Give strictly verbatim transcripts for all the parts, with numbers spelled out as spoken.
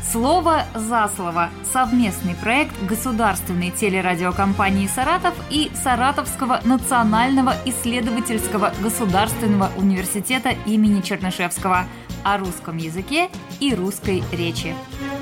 Слово за слово. Совместный проект государственной телерадиокомпании «Саратов» и Саратовского национального исследовательского государственного университета имени Чернышевского о русском языке и русской речи.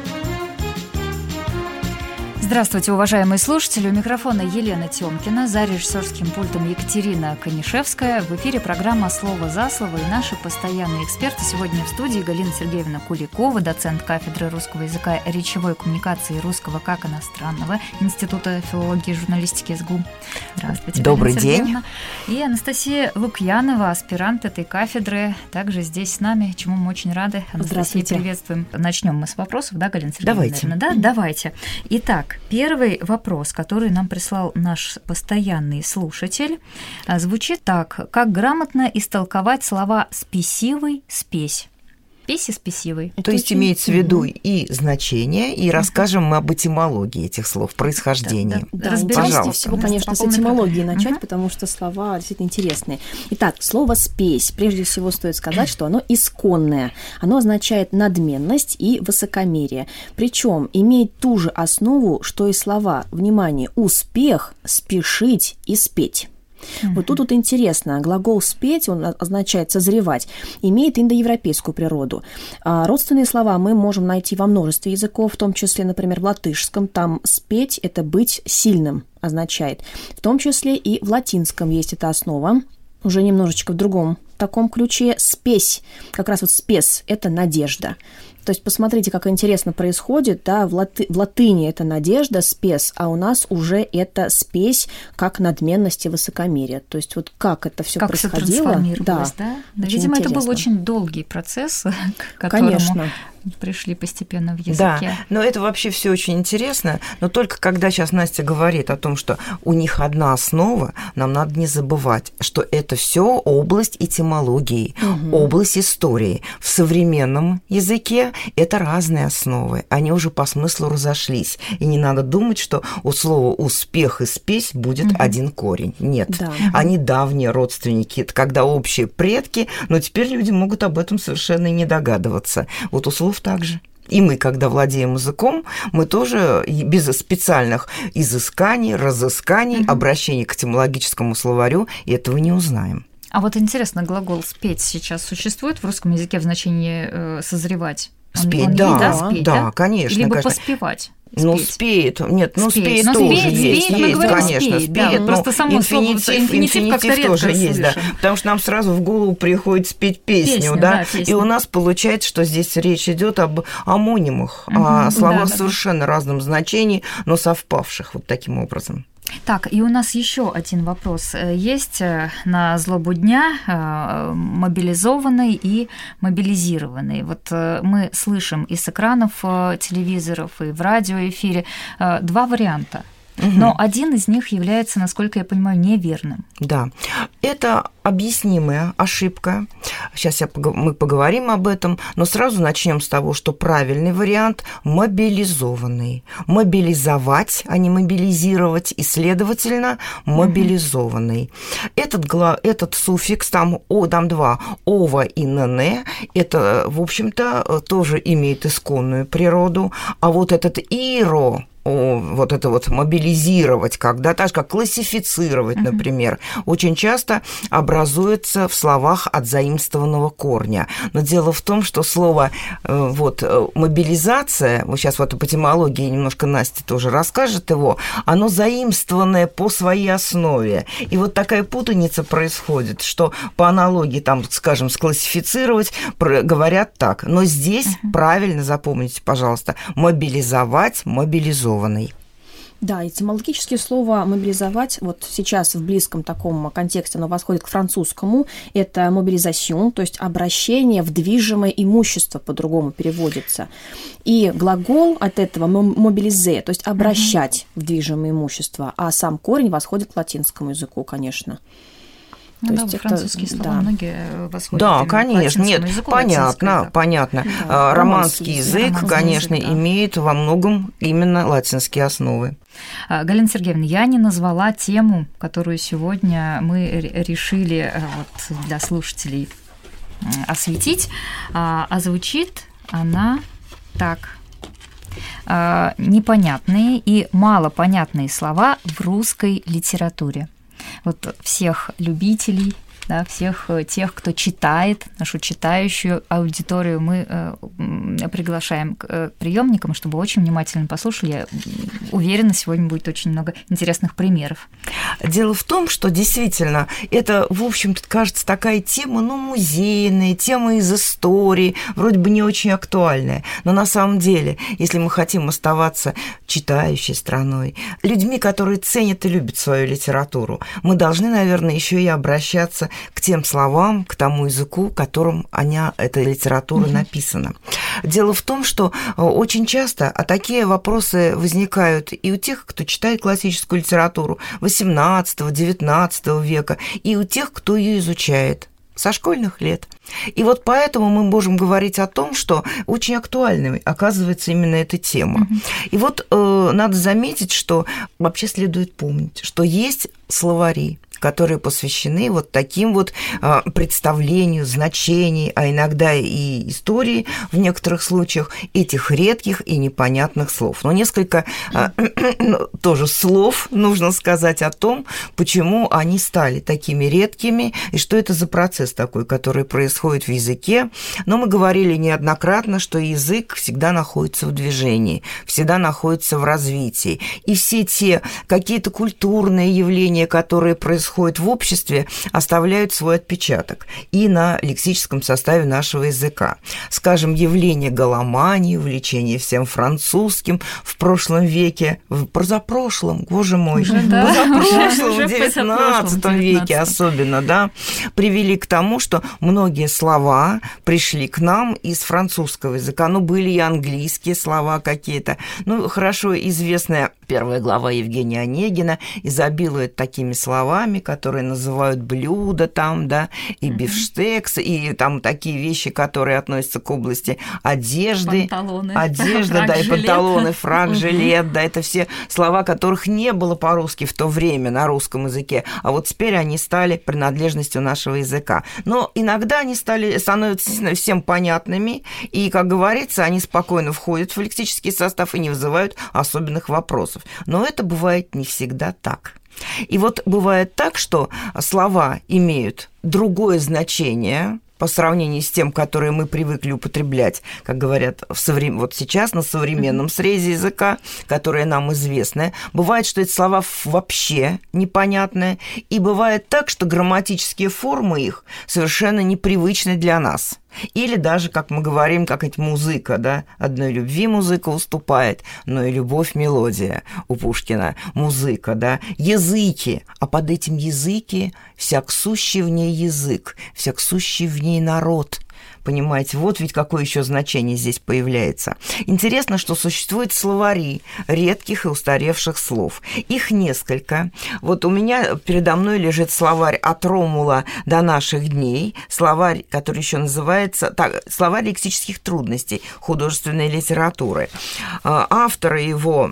Здравствуйте, уважаемые слушатели. У микрофона Елена Тёмкина, за режиссерским пультом Екатерина Конишевская. В эфире программа «Слово за слово» и наши постоянные эксперты. Сегодня в студии Галина Сергеевна Куликова, доцент кафедры русского языка и речевой коммуникации русского как иностранного Института филологии и журналистики СГУ. Здравствуйте, Добрый Галина день. Сергеевна. И Анастасия Лукьянова, аспирант этой кафедры, также здесь с нами, чему мы очень рады. Анастасия, приветствуем. Начнем мы с вопросов, да, Галина Сергеевна? Давайте. Наверное, да? Давайте. Итак, первый вопрос, который нам прислал наш постоянный слушатель, звучит так. Как грамотно истолковать слова «спесивый», «спесь»? Спесь и спесивый. То есть имеется в виду и значение, и расскажем мы об этимологии этих слов, происхождении. Да, да, Разберемся. Прежде всего, конечно, с этимологией начать, угу. потому что слова действительно интересные. Итак, слово «спесь». Прежде всего стоит сказать, что оно исконное. Оно означает надменность и высокомерие. Причем имеет ту же основу, что и слова, внимание, «успех», «спешить» и «спеть». Mm-hmm. Вот тут вот интересно, глагол «спеть», он означает «созревать», имеет индоевропейскую природу. А родственные слова мы можем найти во множестве языков, в том числе, например, в латышском, там «спеть» – это «быть сильным» означает. В том числе и в латинском есть эта основа, уже немножечко в другом таком ключе. «Спесь», как раз вот «спес» – это «надежда». То есть посмотрите, как интересно происходит, да, в, латы, в латыни это надежда, спес, а у нас уже это спесь, как надменность и высокомерие. То есть вот как это все происходило. Как все трансформировалось, да? да? Видимо, интересно. Это был очень долгий процесс, к которому Конечно. пришли постепенно в языке. Да, но это вообще все очень интересно, но только когда сейчас Настя говорит о том, что у них одна основа, нам надо не забывать, что это все область этимологии, угу. область истории. В современном языке это разные основы, они уже по смыслу разошлись, и не надо думать, что у слова «успех» и «спесь» будет угу. один корень. Нет, да. они давние родственники, это когда общие предки, но теперь люди могут об этом совершенно не догадываться. Вот у слов так же. И мы, когда владеем языком, мы тоже без специальных изысканий, разысканий, угу. обращений к этимологическому словарю этого не узнаем. А вот интересно, глагол «спеть» сейчас существует в русском языке в значении э, «созревать»? Спеть, он, он да, есть, да, спеть, да, да, конечно. Либо конечно. поспевать. Ну, спеть. спеет. Нет, ну, спеет, спеет тоже спеет, есть. Спеет, есть, говорим, конечно, спеет. спеет. Да, просто само инфинитив, слово, инфинитив как-то редко тоже слышим. есть, да. Потому что нам сразу в голову приходит спеть песню, песню да. да песню. И у нас получается, что здесь речь идет об амонимах, угу, о словах да, совершенно да. разном значении, но совпавших вот таким образом. Так, и у нас еще один вопрос есть на злобу дня: мобилизованный и мобилизированный. Вот мы слышим и с экранов телевизоров, и в радиоэфире два варианта. Угу. Но один из них является, насколько я понимаю, неверным. Да, это объяснимая ошибка. Сейчас я, мы поговорим об этом, но сразу начнем с того, что правильный вариант – мобилизованный. Мобилизовать, а не мобилизировать, и, следовательно, мобилизованный. Угу. Этот, этот суффикс, там, о, там два, ова и нн, это, в общем-то, тоже имеет исконную природу, а вот этот иро, вот это вот мобилизировать, когда так же, как классифицировать, например, uh-huh. очень часто образуется в словах от заимствованного корня. Но дело в том, что слово вот, мобилизация, вот сейчас вот по этимологии немножко Настя тоже расскажет его, оно заимствованное по своей основе. И вот такая путаница происходит, что по аналогии, там, скажем, склассифицировать, говорят так. Но здесь uh-huh. правильно, запомните, пожалуйста, мобилизовать, мобилизовать. Да, этимологически слово «мобилизовать» вот сейчас в близком таком контексте оно восходит к французскому. Это мобилизацион, то есть обращение в движимое имущество, по-другому переводится. И глагол от этого «мобилизе», то есть обращать mm-hmm. в движимое имущество, а сам корень восходит к латинскому языку, конечно. Ну, То да, есть французские это, слова да. многие восходят. Да, конечно, нет, языку, понятно, понятно. Да, романский язык, романский конечно, язык, да. имеет во многом именно латинские основы. Галина Сергеевна, я не назвала тему, которую сегодня мы решили вот для слушателей осветить, а звучит она так. э, непонятные и малопонятные слова в русской литературе. Вот всех любителей, да, всех тех, кто читает, нашу читающую аудиторию, мы э, приглашаем к э, приемникам, чтобы очень внимательно послушали. Я уверена, сегодня будет очень много интересных примеров. Дело в том, что действительно это, в общем-то, кажется, такая тема, ну, музейная, тема из истории, вроде бы не очень актуальная. Но на самом деле, если мы хотим оставаться читающей страной, людьми, которые ценят и любят свою литературу, мы должны, наверное, еще и обращаться к тем словам, к тому языку, которым она, эта литература mm-hmm. написана. Дело в том, что очень часто а такие вопросы возникают и у тех, кто читает классическую литературу восемнадцатого-девятнадцатого века, и у тех, кто ее изучает со школьных лет. И вот поэтому мы можем говорить о том, что очень актуальной оказывается именно эта тема. Mm-hmm. И вот э, надо заметить, что вообще следует помнить, что есть словари, которые посвящены вот таким вот а, представлению значений, а иногда и истории в некоторых случаях этих редких и непонятных слов. Но несколько а, тоже слов нужно сказать о том, почему они стали такими редкими и что это за процесс такой, который происходит в языке. Но мы говорили неоднократно, что язык всегда находится в движении, всегда находится в развитии. И все те какие-то культурные явления, которые происходят в обществе, оставляют свой отпечаток и на лексическом составе нашего языка. Скажем, явление голомании, увлечение всем французским в прошлом веке, в позапрошлом, боже мой, уже, да, позапрошлом, в девятнадцатом веке особенно, да, привели к тому, что многие слова пришли к нам из французского языка. Ну, были и английские слова какие-то. Ну, хорошо известная первая глава Евгения Онегина изобилует такими словами, которые называют блюда там, да, и бифштекс, и там такие вещи, которые относятся к области одежды. Панталоны. Одежда, да, и панталоны, фрак, жилет, да, это все слова, которых не было по-русски в то время на русском языке, а вот теперь они стали принадлежностью нашего языка. Но иногда они стали, становятся всем понятными, и, как говорится, они спокойно входят в лексический состав и не вызывают особенных вопросов. Но это бывает не всегда так. И вот бывает так, что слова имеют другое значение по сравнению с тем, которые мы привыкли употреблять, как говорят в соврем... вот сейчас на современном срезе языка, которые нам известны. Бывает, что эти слова вообще непонятные, и бывает так, что грамматические формы их совершенно непривычны для нас. Или даже, как мы говорим, как это музыка, да, одной любви музыка уступает, но и любовь мелодия у Пушкина, музыка, да, языки, а под этим языки всяк сущий в ней язык, всяк сущий в ней народ. Понимаете, вот ведь какое еще значение здесь появляется. Интересно, что существуют словари редких и устаревших слов. Их несколько. Вот у меня передо мной лежит словарь «От Ромула до наших дней», словарь, который еще называется так, «Словарь лексических трудностей художественной литературы». Авторы его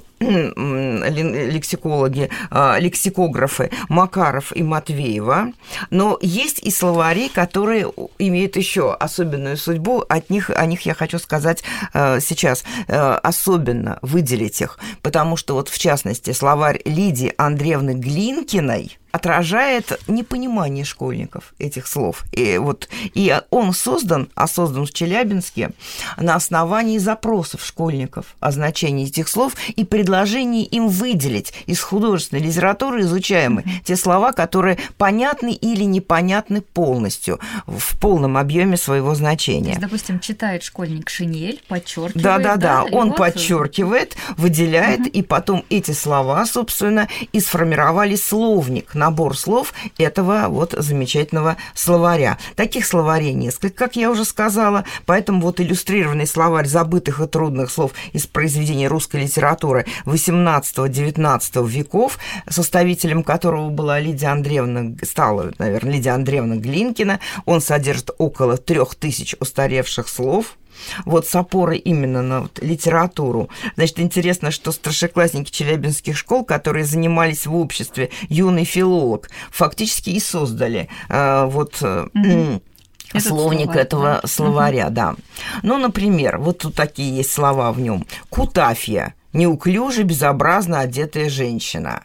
лексикологи, лексикографы Макаров и Матвеева, но есть и словари, которые имеют еще особенную судьбу, от них, о них я хочу сказать сейчас, особенно выделить их, потому что вот в частности словарь Лидии Андреевны Глинкиной отражает непонимание школьников этих слов. И, вот, и он создан, а создан в Челябинске на основании запросов школьников о значении этих слов и предложений им выделить из художественной литературы изучаемой mm-hmm. те слова, которые понятны или непонятны полностью, в полном объеме своего значения. То есть, допустим, читает школьник шинель, подчеркивает. Да-да-да, да, он вот... подчеркивает, выделяет, mm-hmm. и потом эти слова, собственно, и сформировали словник, набор слов этого вот замечательного словаря. Таких словарей несколько, как я уже сказала, поэтому вот иллюстрированный словарь забытых и трудных слов из произведений русской литературы восемнадцатого-девятнадцатого веков, составителем которого была Лидия Андреевна, стала, наверное, Лидия Андреевна Глинкина, он содержит около трех тысяч устаревших слов. Вот с опорой именно на вот литературу. Значит, интересно, что старшеклассники челябинских школ, которые занимались в обществе «Юный филолог», фактически и создали э, вот... Mm-hmm. словарь, словник этого да. словаря, угу. да. Ну, например, вот тут такие есть слова в нем. Кутафья – неуклюже, безобразно одетая женщина.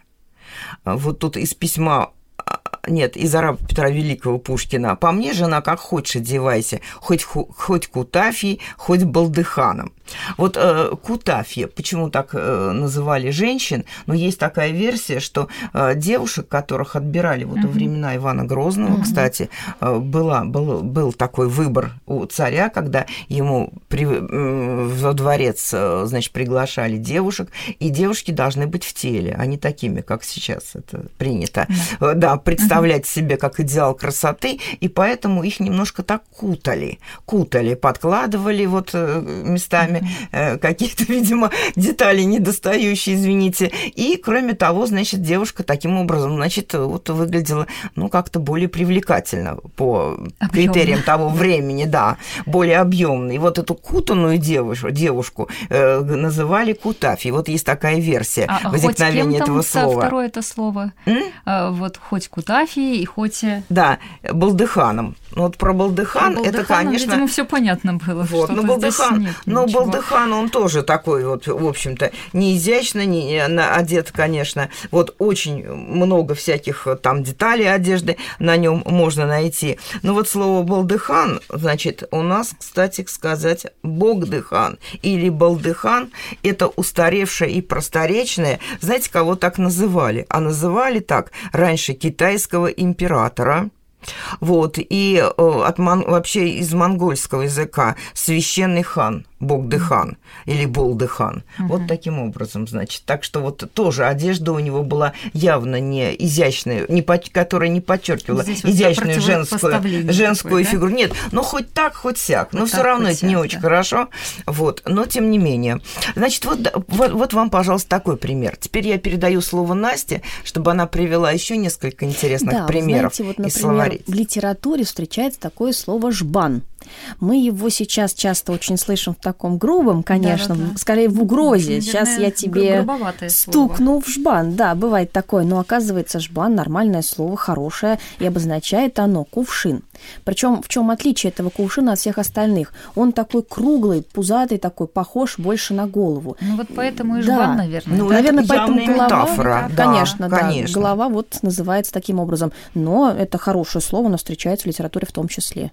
Вот тут из письма... Нет, из араба Петра Великого Пушкина. По мне, жена, как хочешь одевайся, хоть, хоть Кутафьей, хоть Балдыханом. Вот э, Кутафья, почему так э, называли женщин? Но есть такая версия, что э, девушек, которых отбирали вот uh-huh. во времена Ивана Грозного, uh-huh. кстати, э, была, был, был такой выбор у царя, когда ему при, э, во дворец, э, значит, приглашали девушек, и девушки должны быть в теле, а не такими, как сейчас это принято. Uh-huh. Да, представлять uh-huh. себе как идеал красоты, и поэтому их немножко так кутали, кутали, подкладывали вот э, местами каких-то, видимо, деталей недостающие, извините. И, кроме того, значит, девушка таким образом, значит, вот выглядела, ну, как-то более привлекательно по объёмно. Критериям того времени, да, более объемной. И вот эту кутанную девушку, девушку э, называли Кутафьей. Вот есть такая версия а, возникновения хоть этого слова. Второе это слово. А, вот хоть Кутафьей и хоть... Да, Балдыханом. Ну, вот про Балдыхан, про это, конечно... видимо, все понятно было. Вот, но Балдыхан, но Балдыхан, он тоже такой вот, в общем-то, не изящно, не одет, конечно. Вот очень много всяких там деталей одежды на нем можно найти. Но вот слово Балдыхан, значит, у нас, кстати сказать, Богдыхан или Балдыхан – это устаревшее и просторечное. Знаете, кого так называли? А называли так раньше китайского императора. Вот, и от, вообще из монгольского языка священный хан, Богдыхан или Болдыхан. Угу. Вот таким образом, значит. Так что вот тоже одежда у него была явно не изящная, не по, которая не подчеркивала здесь изящную вот женскую, женскую такое, фигуру. Да? Нет, ну хоть так, хоть сяк. Хоть но все равно это сяк, не очень да. хорошо. Вот, но тем не менее. Значит, вот, вот, вот вам, пожалуйста, такой пример. Теперь я передаю слово Насте, чтобы она привела еще несколько интересных да, примеров. Знаете, вот, например, в литературе встречается такое слово «жбан». Мы его сейчас часто очень слышим в таком грубом, конечно, да, да, да. скорее в угрозе. Наверное, сейчас я тебе стукну слово. В жбан. Да, бывает такое. Но оказывается, жбан – нормальное слово, хорошее, и обозначает оно кувшин. Причем в чем отличие этого кувшина от всех остальных? Он такой круглый, пузатый такой, похож больше на голову. Ну вот поэтому и жбан, да. наверное. Ну, да? наверное, это поэтому голова, метафора. Конечно, да, да, конечно. Голова вот называется таким образом. Но это хорошее слово, оно встречается в литературе в том числе.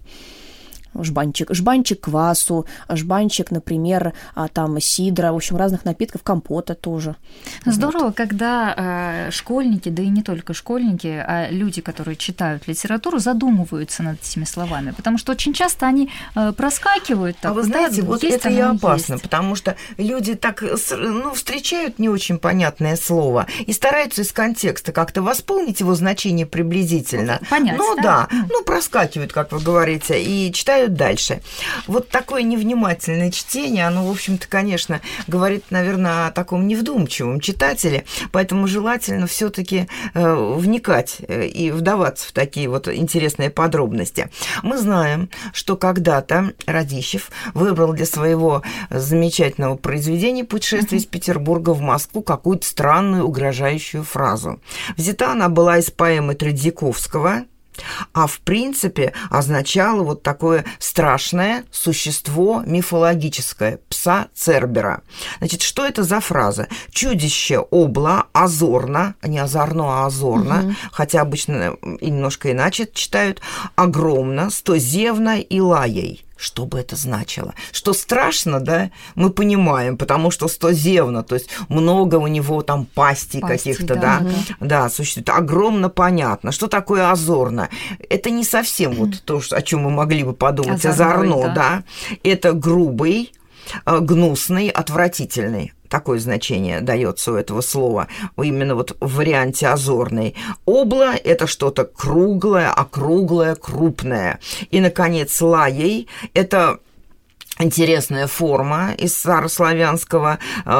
Жбанчик, жбанчик квасу, жбанчик, например, там сидра, в общем, разных напитков, компота тоже. Здорово, вот. Когда э, школьники, да и не только школьники, а люди, которые читают литературу, задумываются над этими словами, потому что очень часто они э, проскакивают. Так, а вы знаете, да, вот есть, это и опасно, есть. Потому что люди так, ну, встречают не очень понятное слово и стараются из контекста как-то восполнить его значение приблизительно. Понять, ну да? да, ну проскакивают, как вы говорите, и читают дальше. Вот такое невнимательное чтение, оно, в общем-то, конечно, говорит, наверное, о таком невдумчивом читателе, поэтому желательно все-таки э, вникать и вдаваться в такие вот интересные подробности. Мы знаем, что когда-то Радищев выбрал для своего замечательного произведения «Путешествие из Петербурга в Москву» какую-то странную, угрожающую фразу. Взята она была из поэмы Тредьяковского, а в принципе означало вот такое страшное существо мифологическое, пса Цербера. Значит, что это за фраза? Чудище обла, озорно, не озорно, а озорно, угу. хотя обычно и немножко иначе читают, огромно, стозевно и лаей. Что бы это значило? Что страшно, да, мы понимаем, потому что стозевно, то есть много у него там пастей Пасти, каких-то, да, да, да, существует. Огромно понятно. Что такое озорно? Это не совсем вот то, о чем мы могли бы подумать, озорной, озорно, да. да. Это грубый, гнусный, отвратительный. Такое значение дается у этого слова, именно вот в варианте озорный. Обла – это что-то круглое, округлое, крупное. И, наконец, лаей – это интересная форма из старославянского,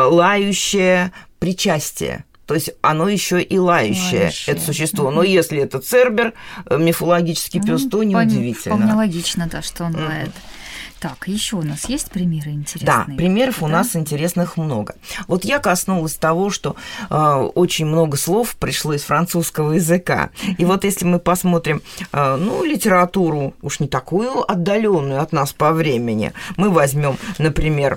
лающее причастие. То есть оно еще и лающее, лающее. Это существо. Mm-hmm. Но если это Цербер, мифологический пес, mm-hmm. то неудивительно. Вполне логично, да, что он mm-hmm. лает. Так, еще у нас есть примеры интересные? Да, примеров да? у нас интересных много. Вот я коснулась того, что э, очень много слов пришло из французского языка. И вот если мы посмотрим, э, ну, литературу, уж не такую отдаленную от нас по времени, мы возьмем, например,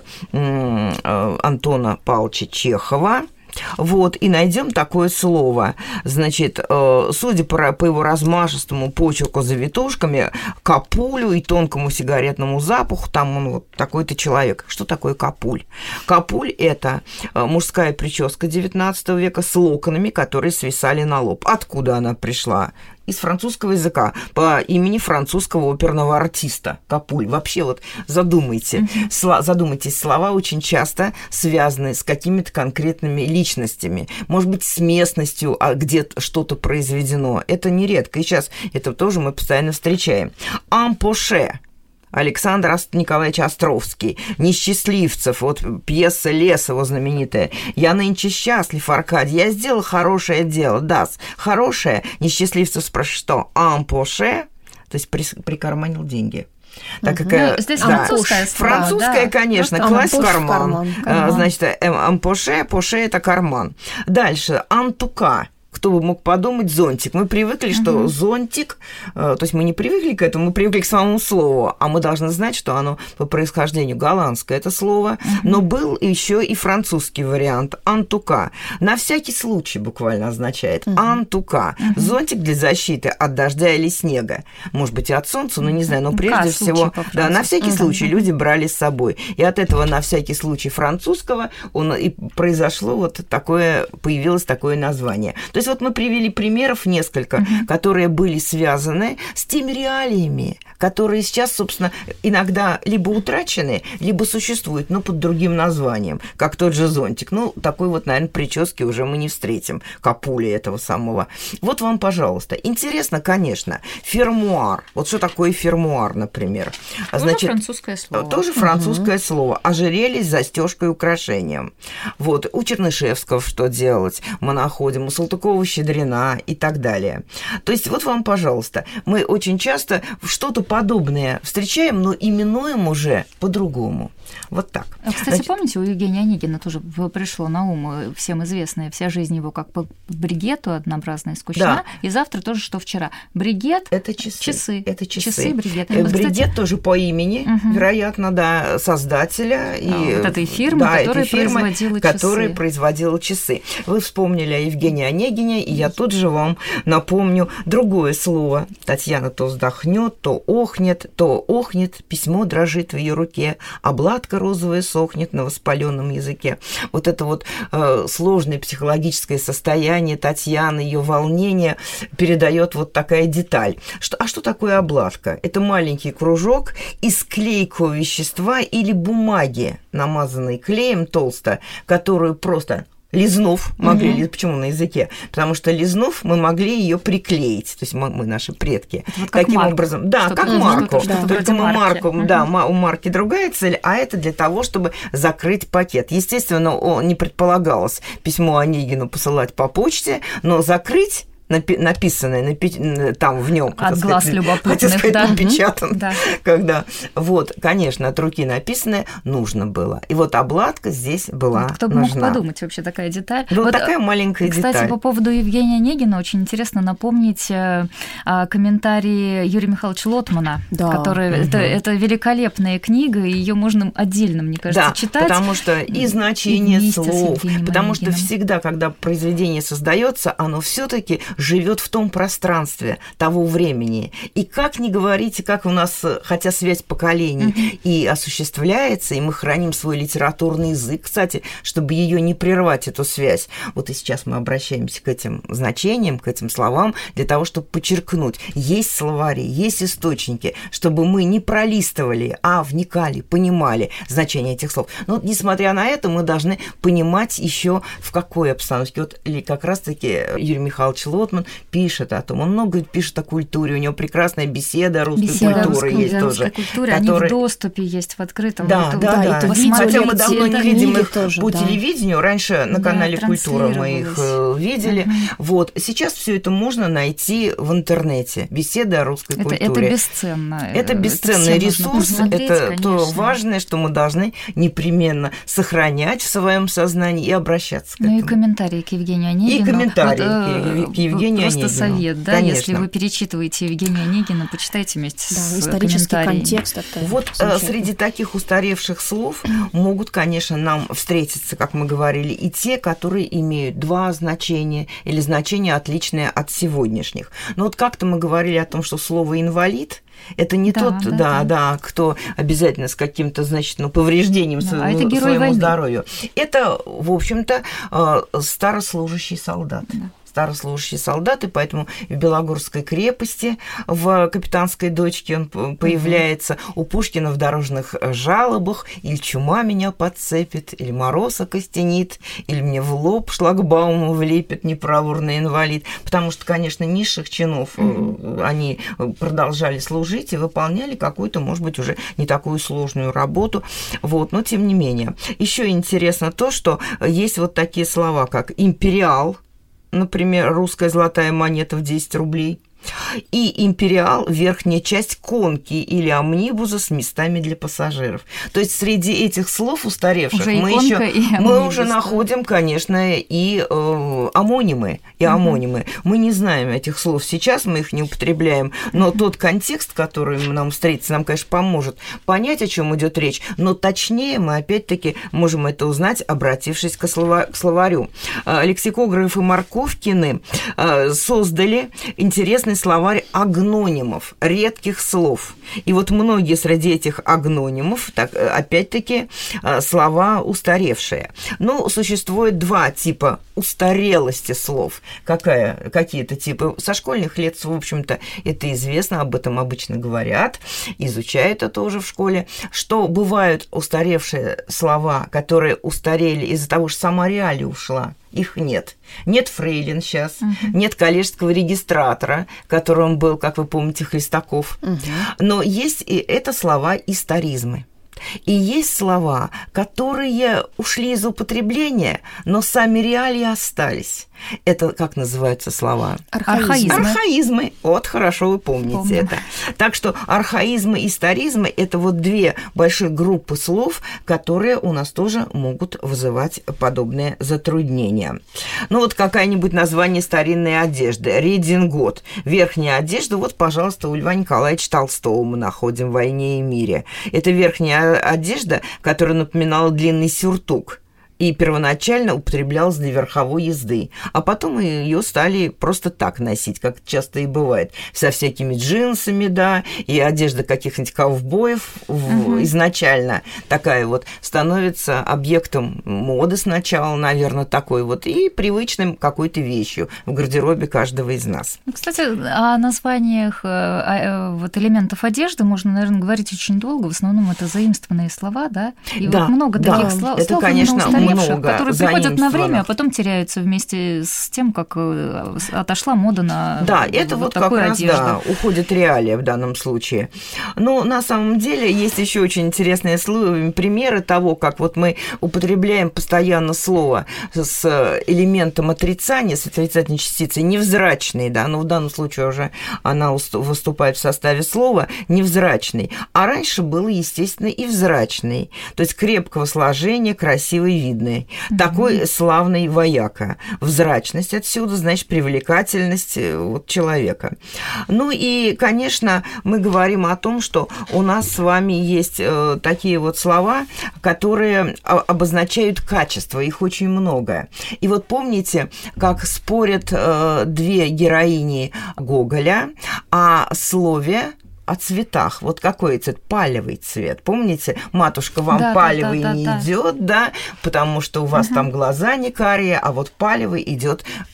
э, э, Антона Павловича Чехова. Вот, и найдем такое слово. Значит, э, судя по, по его размашистому почерку с завитушками, капулю и тонкому сигаретному запаху, там он вот такой-то человек. Что такое капуль? Капуль – это мужская прическа девятнадцатого века с локонами, которые свисали на лоб. Откуда она пришла? Из французского языка, по имени французского оперного артиста Капуль. Вообще вот задумайте, mm-hmm. сло, задумайтесь, слова очень часто связаны с какими-то конкретными личностями, может быть, с местностью, а где что-то произведено. Это нередко, и сейчас это тоже мы постоянно встречаем. «Ампоше» Александр Николаевич Островский, «Несчастливцев», вот пьеса Лесова знаменитая. «Я нынче счастлив, Аркадий, я сделал хорошее дело». Да, хорошее. Несчастливцев спрашивает, что? «Ампоше», то есть прикарманил деньги. Так как, ну, здесь да, французская, французская, да, конечно, класть в карман. карман. карман. Значит, «ампоше», «поше» – это карман. Дальше, «антука». Кто бы мог подумать, зонтик. Мы привыкли, что uh-huh. зонтик, то есть мы не привыкли к этому, мы привыкли к самому слову, а мы должны знать, что оно по происхождению голландское, это слово, uh-huh. но был еще и французский вариант «антука». На всякий случай буквально означает uh-huh. «антука». Uh-huh. Зонтик для защиты от дождя или снега. Может быть, и от солнца, но не знаю, но прежде uh-huh. всего, да, на всякий uh-huh. случай люди брали с собой. И от этого на всякий случай французского он и произошло вот такое, появилось такое название. То есть вот мы привели примеров несколько, uh-huh. которые были связаны с теми реалиями, которые сейчас, собственно, иногда либо утрачены, либо существуют, но под другим названием, как тот же зонтик. Ну, такой вот, наверное, прически уже мы не встретим, капули этого самого. Вот вам, пожалуйста. Интересно, конечно, фермуар. Вот что такое фермуар, например? Тоже Значит, французское слово. Тоже uh-huh. французское слово. Ожерелье с застежкой и украшением. Вот. У Чернышевского что делать? Мы находим. У Салтыкова Щедрина и так далее. То есть вот вам, пожалуйста, мы очень часто что-то подобное встречаем, но именуем уже по-другому. Вот так. Кстати, Значит, помните, у Евгения Онегина тоже пришло на ум всем известная вся жизнь его как по бригету однообразная и скучна, да. И завтра тоже, что вчера. Бригет – это часы. часы. Это часы. Часы, бригет. Вот, бригет кстати, тоже по имени, угу. вероятно, да, создателя. И, а, вот этой фирмы, да, которая фирмы, производила которая часы. производила часы. Вы вспомнили о Евгении Онегине, и я тут же вам напомню другое слово. Татьяна то вздохнет, то охнет, то охнет, письмо дрожит в ее руке, обладка розовая сохнет на воспаленном языке. Вот это вот э, сложное психологическое состояние Татьяны, ее волнение передает вот такая деталь. Что, а что такое обладка? Это маленький кружок из клейкого вещества или бумаги, намазанной клеем толсто, которую просто... Лизнув могли, угу. почему на языке? Потому что лизнув, мы могли ее приклеить, то есть мы, мы наши предки. Вот как Таким марку. образом, да, что-то, как что-то, марку. что-то Только мы марку, угу. да, у марки другая цель, а это для того, чтобы закрыть пакет. Естественно, не предполагалось письмо Онегину посылать по почте, но закрыть написанное напи- там в нем, от глаз сказать, любопытных, сказать, да. напечатан, да. когда вот, конечно, от руки написанное нужно было. И вот обладка здесь была вот кто бы нужна. мог подумать, вообще такая деталь. Ну, вот, такая маленькая кстати, деталь. Кстати, по поводу Евгения Онегина очень интересно напомнить э, комментарии Юрия Михайловича Лотмана, да. который угу. это, это великолепная книга, и ее можно отдельно, мне кажется, да, читать. Потому что и значение и слов, потому Онегиным. что всегда, когда произведение создается, оно все-таки живет в том пространстве того времени. И как ни говорите, как у нас, хотя связь поколений mm-hmm. и осуществляется, и мы храним свой литературный язык, кстати, чтобы ее не прервать, эту связь. Вот и сейчас мы обращаемся к этим значениям, к этим словам, для того, чтобы подчеркнуть, есть словари, есть источники, чтобы мы не пролистывали, а вникали, понимали значение этих слов. Но несмотря на это, мы должны понимать еще в какой обстановке. Вот как раз-таки Юрий Михайлович Лотман Ротман пишет о том, он много пишет о культуре, у него прекрасная беседа русской Беседа культуры русской, есть русской тоже. Культуре, который... Они в доступе есть, в открытом. Да, вот, да, да, да. Это Видео, хотя мы давно это не видим их тоже, по да. телевидению, раньше на Да, канале «Культура» мы их видели. Угу. Вот. Сейчас все это можно найти в интернете. Беседы о русской это, культуре. Это бесценно. Это бесценный это ресурс, это конечно. то важное, что мы должны непременно сохранять в своем сознании и обращаться к ну этому. Ну и комментарии к Евгению Онегину. И комментарии вот, к, к Евгению просто Онегину. Просто совет, да, Конечно. Если вы перечитываете Евгения Онегина, почитайте вместе да, с исторический комментариями. контекст. Это вот среди таких устаревших слов могут, конечно, нам встретиться, как мы говорили, и те, которые имеют два значения или значения, отличные от сегодняшних. Но вот как-то мы говорили о том, что слово «инвалид» это не да, тот, да, да, да. да, кто обязательно с каким-то, значит, ну, повреждением да, своему, а это герой своему войны. здоровью. Это, в общем-то, старослужащий солдат. Да. Старослужащий солдат, и поэтому в Белогорской крепости в «Капитанской дочке» он появляется, угу. у Пушкина в «Дорожных жалобах» или «Чума меня подцепит», или «Мороз окостенит», или «Мне в лоб шлагбаум влепит неправурный инвалид», потому что, конечно, низших чинов угу. они продолжали служить и выполняли какую-то, может быть, уже не такую сложную работу, вот, но тем не менее. Еще интересно то, что есть вот такие слова, как «империал», например, русская золотая монета в десять рублей, и «империал» – верхняя часть конки или амнибуса с местами для пассажиров. То есть среди этих слов устаревших уже мы, еще, мы уже находим, конечно, и э, амонимы, и угу. амонимы. Мы не знаем этих слов сейчас, мы их не употребляем, но тот контекст, который нам встретится, нам, конечно, поможет понять, о чем идет речь, но точнее мы, опять-таки, можем это узнать, обратившись к, слова, к словарю. Лексикографы Марковкины создали интересный словарь агнонимов, редких слов. И вот многие среди этих агнонимов, так, опять-таки, слова устаревшие. Ну, существует два типа устарелости слов. Какая, какие-то типы? Со школьных лет, в общем-то, это известно, об этом обычно говорят, изучают это уже в школе, что бывают устаревшие слова, которые устарели из-за того, что сама реалия ушла. Их нет. Нет фрейлин сейчас, uh-huh. нет коллежского регистратора, которым был, как вы помните, Хлестаков. Uh-huh. Но есть и это слова историзмы. И есть слова, которые ушли из употребления, но сами реалии остались. Это как называются слова? Архаизмы. Архаизмы. Вот, хорошо вы помните Помню. это. Так что архаизмы и историзмы – это вот две большие группы слов, которые у нас тоже могут вызывать подобные затруднения. Ну вот какое-нибудь название старинной одежды. Редингот. Верхняя одежда. Вот, пожалуйста, у Льва Николаевича Толстого мы находим в «Войне и мире». Это верхняя одежда, которая напоминала длинный сюртук. И первоначально употреблялась для верховой езды, а потом ее стали просто так носить, как часто и бывает, со всякими джинсами, да, и одежда каких-нибудь ковбоев uh-huh. изначально такая вот становится объектом моды сначала, наверное, такой вот, и привычным какой-то вещью в гардеробе каждого из нас. Кстати, о названиях вот элементов одежды можно, наверное, говорить очень долго, в основном это заимствованные слова, да, и да, вот много да, таких слов, это, конечно, много которые приходят на время, а потом теряются вместе с тем, как отошла мода на да, это вот, вот как раз, одежду. Да, уходит реалия в данном случае. Но на самом деле есть еще очень интересные примеры того, как вот мы употребляем постоянно слово с элементом отрицания, с отрицательной частицей, невзрачный, да, но в данном случае уже она выступает в составе слова невзрачный, а раньше было, естественно, и взрачный, то есть крепкого сложения, красивый вид. Mm-hmm. Такой славный вояка. Взрачность отсюда, значит, привлекательность вот человека. Ну и, конечно, мы говорим о том, что у нас с вами есть э, такие вот слова, которые обозначают качество, их очень много. И вот помните, как спорят э, две героини Гоголя о слове, о цветах. Вот какой цвет? Палевый цвет. Помните, матушка, вам да, палевый да, да, не да, идет, да, потому что у вас угу. там глаза не карие, а вот палевый идет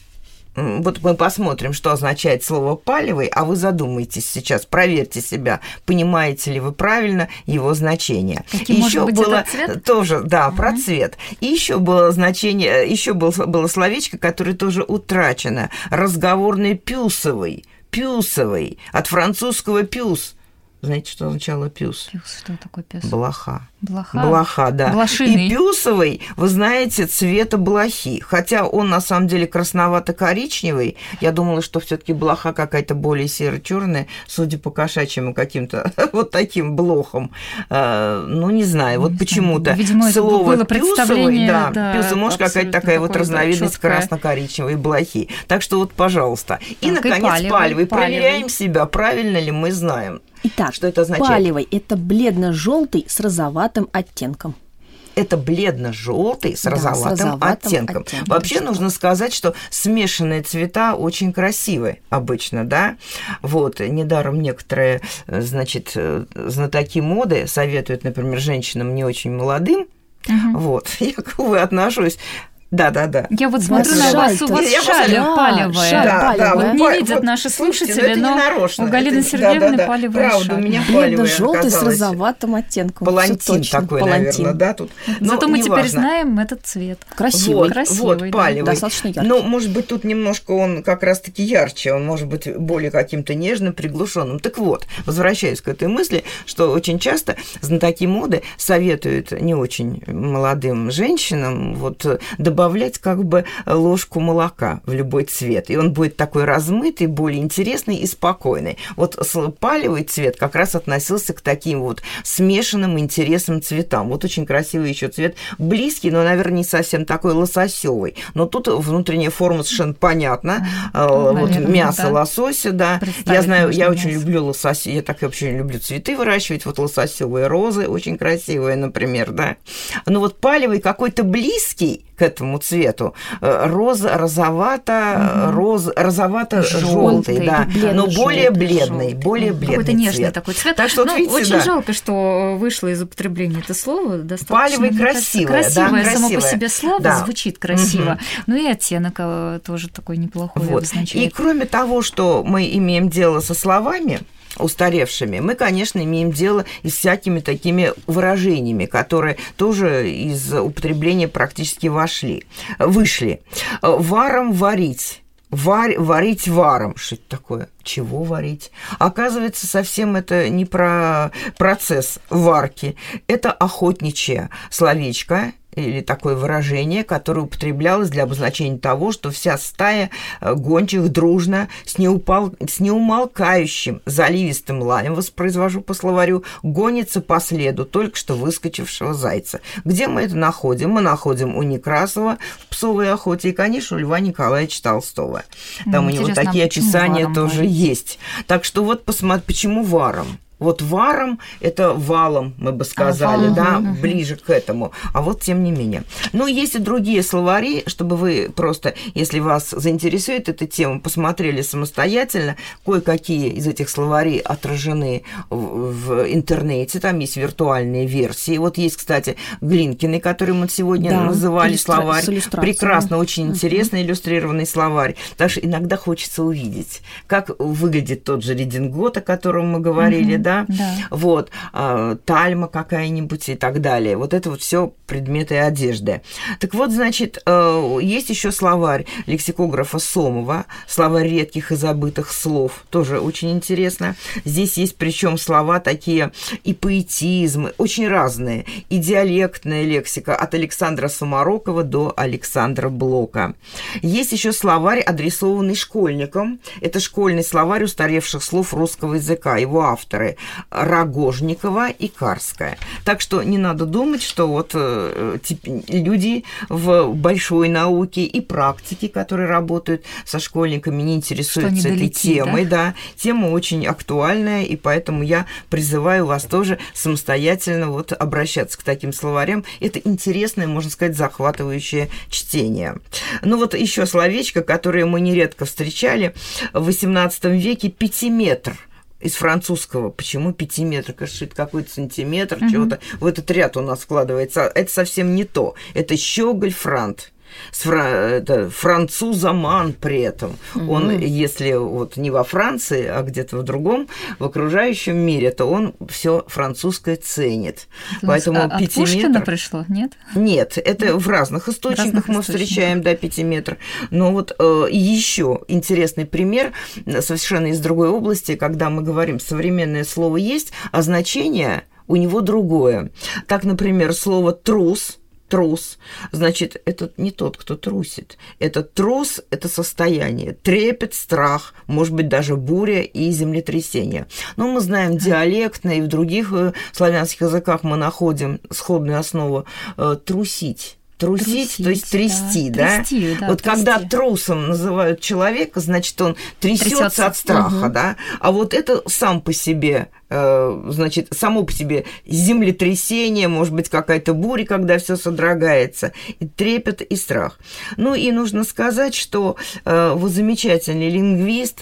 вот мы посмотрим, что означает слово «палевый», а вы задумайтесь сейчас, проверьте себя, понимаете ли вы правильно его значение. Каким может быть было этот цвет? Тоже, да, uh-huh. про цвет. И еще было значение, еще было, было словечко, которое тоже утрачено. Разговорный пюсовый. Пюсовый. От французского «пюс». Знаете, что означало пюс? Пюс, что такое пюс? Блоха. Блоха? Блоха, да. Блошиный. И пюсовый, вы знаете, цвета блохи. Хотя он на самом деле красновато-коричневый. Я думала, что все-таки блоха какая-то более серо-черная, судя по кошачьему каким-то вот таким блохам. А, ну, не знаю, вот не почему-то Видимо, слово было пюсовый, да, да, пюсовый, может, какая-то такая вот разновидность чёткая. красно-коричневой блохи. Так что вот, пожалуйста. И, так, наконец, и палевый, палевый. палевый. Проверяем себя, правильно ли мы знаем. Итак, что это означает? Палевый – это бледно-желтый с розоватым оттенком. Это бледно-желтый с, да, розоватым, с розоватым оттенком. оттенком. Вообще что? Нужно сказать, что смешанные цвета очень красивые обычно, да. Вот, недаром некоторые, значит, знатоки моды советуют, например, женщинам не очень молодым, угу. вот, я к увы отношусь. Да-да-да. Я вот смотрю на вас, у вас шаль палевая. Шаль да, палевая. Да, не вот, видят вот, наши слушайте, слушатели, но, но у Галины это, Сергеевны да, да, палевая правда, шаль. У меня палевая бледно-желтый с розоватым оттенком. Палантин такой, Палантин. наверное, да, тут. Но Зато мы теперь важно. знаем этот цвет. Красивый. Вот, красивый, вот, палевый. Да, достаточно яркий. Но, может быть, тут немножко он как раз-таки ярче, он может быть более каким-то нежным, приглушенным. Так вот, возвращаясь к этой мысли, что очень часто знатоки моды советуют не очень молодым женщинам вот добавлять как бы ложку молока в любой цвет, и он будет такой размытый, более интересный и спокойный. Вот палевый цвет как раз относился к таким вот смешанным интересным цветам. Вот очень красивый еще цвет, близкий, но, наверное, не совсем такой лососевый. Но тут внутренняя форма совершенно понятна. Ну, вот наверное, мясо да. лосося, да. Я знаю, я мясо. очень люблю лосося, я так вообще люблю цветы выращивать. Вот лососевые розы очень красивые, например, да. Но вот палевый какой-то близкий к этому цвету. Роза, розовато, угу. роз, розовато-желтый, да, но более бледный, более бледный Какой-то нежный цвет. такой цвет. Так что, вот, ну, видите, очень да. жалко, что вышло из употребления это слово. Достаточно, палевый красивое, кажется, красивое да, само красивое. по себе слово да. звучит красиво. Угу. Ну и оттенок тоже такой неплохой вот. обозначает. И кроме того, что мы имеем дело со словами устаревшими, мы, конечно, имеем дело и с всякими такими выражениями, которые тоже из употребления практически вошли, вышли. Варом варить. Варь, варить варом. Что это такое? Чего варить? Оказывается, совсем это не про процесс варки. Это охотничье словечко, или такое выражение, которое употреблялось для обозначения того, что вся стая гончих дружно с, неупал... с неумолкающим заливистым лаем, воспроизвожу по словарю, гонится по следу только что выскочившего зайца. Где мы это находим? Мы находим у Некрасова в «Псовой охоте» и, конечно, у Льва Николаевича Толстого. Там Интересно, у него такие описания тоже варить? есть. Так что вот посмотрите, почему варом? Вот варом – это валом, мы бы сказали, а, да, угу. ближе к этому. А вот тем не менее. Ну, есть и другие словари, чтобы вы просто, если вас заинтересует эта тема, посмотрели самостоятельно. Кое-какие из этих словарей отражены в, в интернете, там есть виртуальные версии. Вот есть, кстати, Глинкиный, который мы сегодня да, называли иллюстра... словарь. Прекрасно, очень угу. интересный иллюстрированный словарь. Потому что иногда хочется увидеть, как выглядит тот же редингот, о котором мы говорили, угу. да, Да? Да. Вот, э, тальма какая-нибудь и так далее. Вот это вот все предметы одежды. Так вот, значит, э, есть еще словарь лексикографа Сомова, словарь редких и забытых слов, тоже очень интересно. Здесь есть причем слова такие и поэтизмы, очень разные, и диалектная лексика от Александра Сумарокова до Александра Блока. Есть еще словарь, адресованный школьникам. Это школьный словарь устаревших слов русского языка. Его авторы Рогожникова и Карская. Так что не надо думать, что вот э, люди в большой науке и практике, которые работают со школьниками, не интересуются этой темой. Да? Да, тема очень актуальная, и поэтому я призываю вас тоже самостоятельно вот обращаться к таким словарям. Это интересное, можно сказать, захватывающее чтение. Ну вот еще словечко, которое мы нередко встречали в восемнадцатом веке, пятиметр. Из французского. Почему пятиметр? Кажется, это какой-то сантиметр, uh-huh. чего-то. В этот ряд у нас складывается. Это совсем не то. Это щеголь франт. Это французоман при этом. Угу. Он, если вот не во Франции, а где-то в другом, в окружающем мире, то он все французское ценит. Это Поэтому от пятиметр... Пушкина пришло, нет? Нет, это в разных источниках в разных мы источниках. встречаем, да, пятиметр. Но вот э, еще интересный пример, совершенно из другой области, когда мы говорим «современное слово есть», а значение у него другое. Так, например, слово «трус», трус, значит, это не тот, кто трусит. Это трус, это состояние, трепет, страх, может быть, даже буря и землетрясение. Но мы знаем диалектно, и в других славянских языках мы находим сходную основу трусить. Трусить, трусить, то есть трясти, да? да? Трясти, да вот трясти. Когда трусом называют человека, значит, он трясется от страха, угу. да? А вот это сам по себе, значит, само по себе землетрясение, может быть, какая-то буря, когда все содрогается, и трепет, и страх. Ну и нужно сказать, что вот замечательный лингвист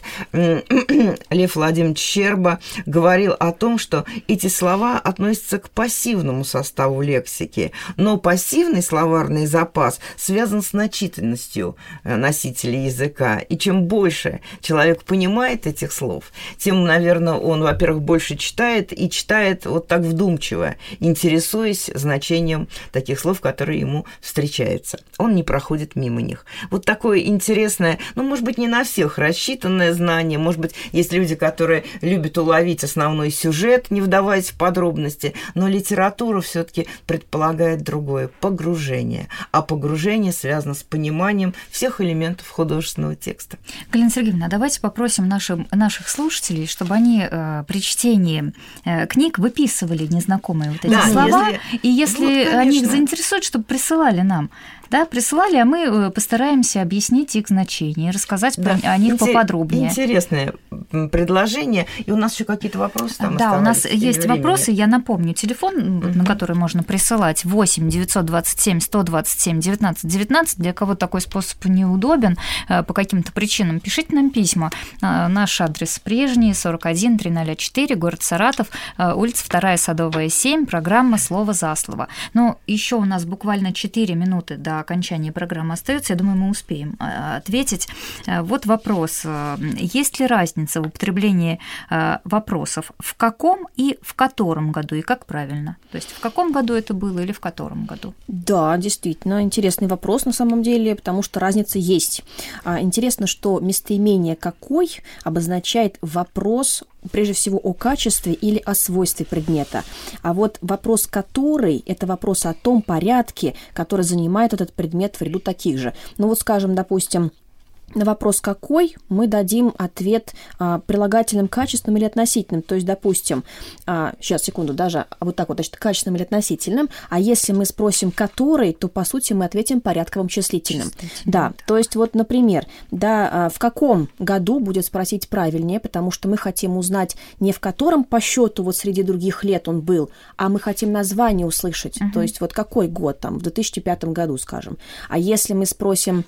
Лев Владимирович Щерба говорил о том, что эти слова относятся к пассивному составу лексики, но пассивный словарный запас связан с начитанностью носителя языка. И чем больше человек понимает этих слов, тем, наверное, он, во-первых, больше читает и читает вот так вдумчиво, интересуясь значением таких слов, которые ему встречаются. Он не проходит мимо них. Вот такое интересное, ну, может быть, не на всех рассчитанное знание, может быть, есть люди, которые любят уловить основной сюжет, не вдаваясь в подробности, но литература все-таки предполагает другое – погружение. А погружение связано с пониманием всех элементов художественного текста. Галина Сергеевна, давайте попросим нашим, наших слушателей, чтобы они э, при чтении э, книг выписывали незнакомые вот эти да, слова, если... и если вот, они их заинтересуют, чтобы присылали нам. Да, присылали, а мы постараемся объяснить их значение, рассказать да. про, о них Интер- поподробнее. Интересное предложение. И у нас еще какие-то вопросы там Да, у нас есть времени. вопросы. Я напомню, телефон, uh-huh. на который можно присылать, восемь девятьсот двадцать семь сто двадцать семь девятнадцать девятнадцать. Для кого такой способ неудобен по каким-то причинам, пишите нам письма. Наш адрес прежний, сорок один триста четыре, город Саратов, улица вторая Садовая, семь, программа «Слово за слово». Но еще у нас буквально четыре минуты до окончания программы остается. Я думаю, мы успеем ответить. Вот вопрос. Есть ли разница в употреблении вопросов в каком и в котором году, и как правильно? То есть в каком году это было или в котором году? Да, действительно, интересный вопрос на самом деле, потому что разница есть. Интересно, что местоимение «какой» обозначает вопрос прежде всего о качестве или о свойстве предмета. А вот вопрос «который» – это вопрос о том порядке, который занимает этот предмет в ряду таких же. Ну вот, скажем, допустим, на вопрос «какой» мы дадим ответ а, прилагательным качественным или относительным. То есть, допустим, а, сейчас, секунду, даже вот так вот, значит, качественным или относительным. А если мы спросим «который», то, по сути, мы ответим порядковым числительным. Да, то есть, вот, например, да, а, в каком году будет спросить правильнее, потому что мы хотим узнать не в котором по счету вот среди других лет он был, а мы хотим название услышать. Uh-huh. То есть, вот какой год, там, в две тысячи пятом году, скажем. А если мы спросим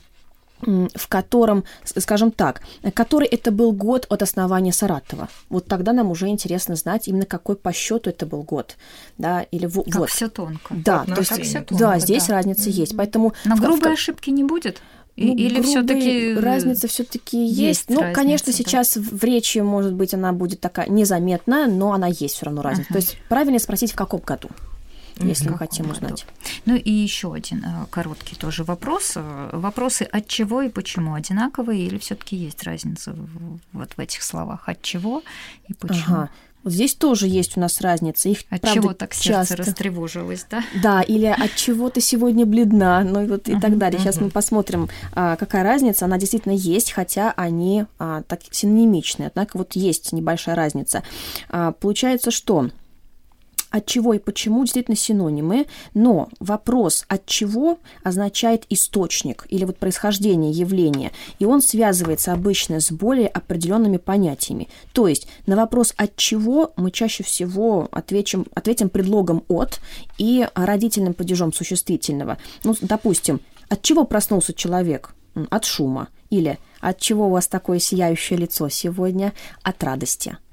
в котором, скажем так, который это был год от основания Саратова. Вот тогда нам уже интересно знать именно какой по счету это был год, да, или в, как вот. Все тонко. Да, как то есть, все тонко, да, здесь да. разница mm-hmm. есть, поэтому. Но в, грубой в, ошибки не будет. Ну, или все-таки разница все-таки есть. есть. Ну, разница, конечно, да. сейчас в речи, может быть, она будет такая незаметная, но она есть все равно разница. Uh-huh. То есть правильно спросить, в каком году. Если мы хотим узнать. Ну и еще один короткий тоже вопрос. Вопросы от чего и почему одинаковые, или все-таки есть разница вот в этих словах? От чего и почему? Ага. Вот здесь тоже есть у нас разница. Их, от правда, чего так сердце часто... растревожилось, да? Да, или от чего ты сегодня бледна, ну и вот и uh-huh, так далее. Сейчас uh-huh. мы посмотрим, какая разница. Она действительно есть, хотя они так синонимичны. Однако вот есть небольшая разница. Получается, что от чего и почему действительно синонимы, но вопрос от чего означает источник или вот происхождение явления, и он связывается обычно с более определенными понятиями. То есть на вопрос от чего мы чаще всего ответим, ответим предлогом от и родительным падежом существительного. Ну, допустим, от чего проснулся человек? От шума. Или от чего у вас такое сияющее лицо сегодня? От радости.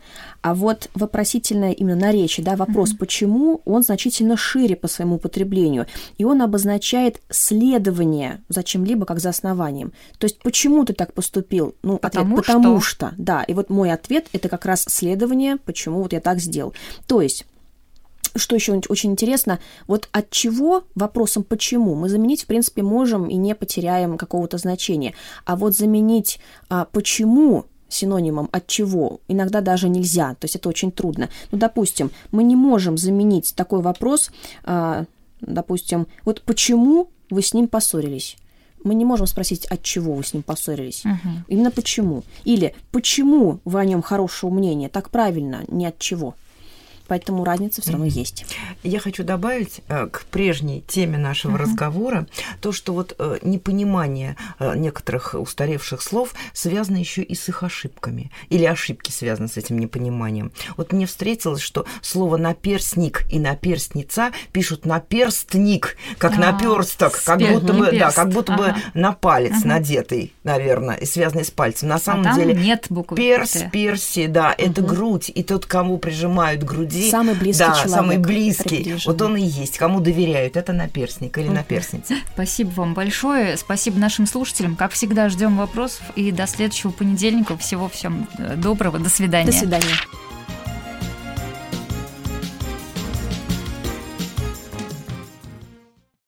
А вот вопросительное именно наречие, да, вопрос mm-hmm. «почему», он значительно шире по своему употреблению, и он обозначает следование за чем-либо как за основанием. То есть «почему ты так поступил?» Ну, потому, ответ «потому что». что». Да, и вот мой ответ – это как раз следование, почему вот я так сделал. То есть что еще очень интересно, вот от чего вопросом «почему» мы заменить, в принципе, можем и не потеряем какого-то значения. А вот заменить а, «почему» синонимом «от чего» иногда даже нельзя, то есть это очень трудно. Ну, допустим, мы не можем заменить такой вопрос, а, допустим, вот «почему вы с ним поссорились?» Мы не можем спросить, от чего вы с ним поссорились. Uh-huh. Именно «почему». Или «почему вы о нем хорошего мнения?» Так правильно, не «от чего». Поэтому разница все равно есть. Я хочу добавить э, к прежней теме нашего uh-huh. разговора то, что вот э, непонимание э, некоторых устаревших слов связано еще и с их ошибками. Или ошибки связаны с этим непониманием. Вот мне встретилось, что слово «наперстник» и «наперстница» пишут «наперстник», как а, наперсток, как будто бы, да, как будто ага. бы на палец ага. надетый, наверное, и связанный с пальцем. На самом а деле нет буквы перс, Т. перси, да, угу. это грудь, и тот, кому прижимают к груди, самый близкий да, человек. Самый близкий. Вот он и есть. Кому доверяют, это наперстник или наперстница. Спасибо вам большое. Спасибо нашим слушателям. Как всегда, ждем вопросов. И до следующего понедельника. Всего всем доброго. До свидания. До свидания.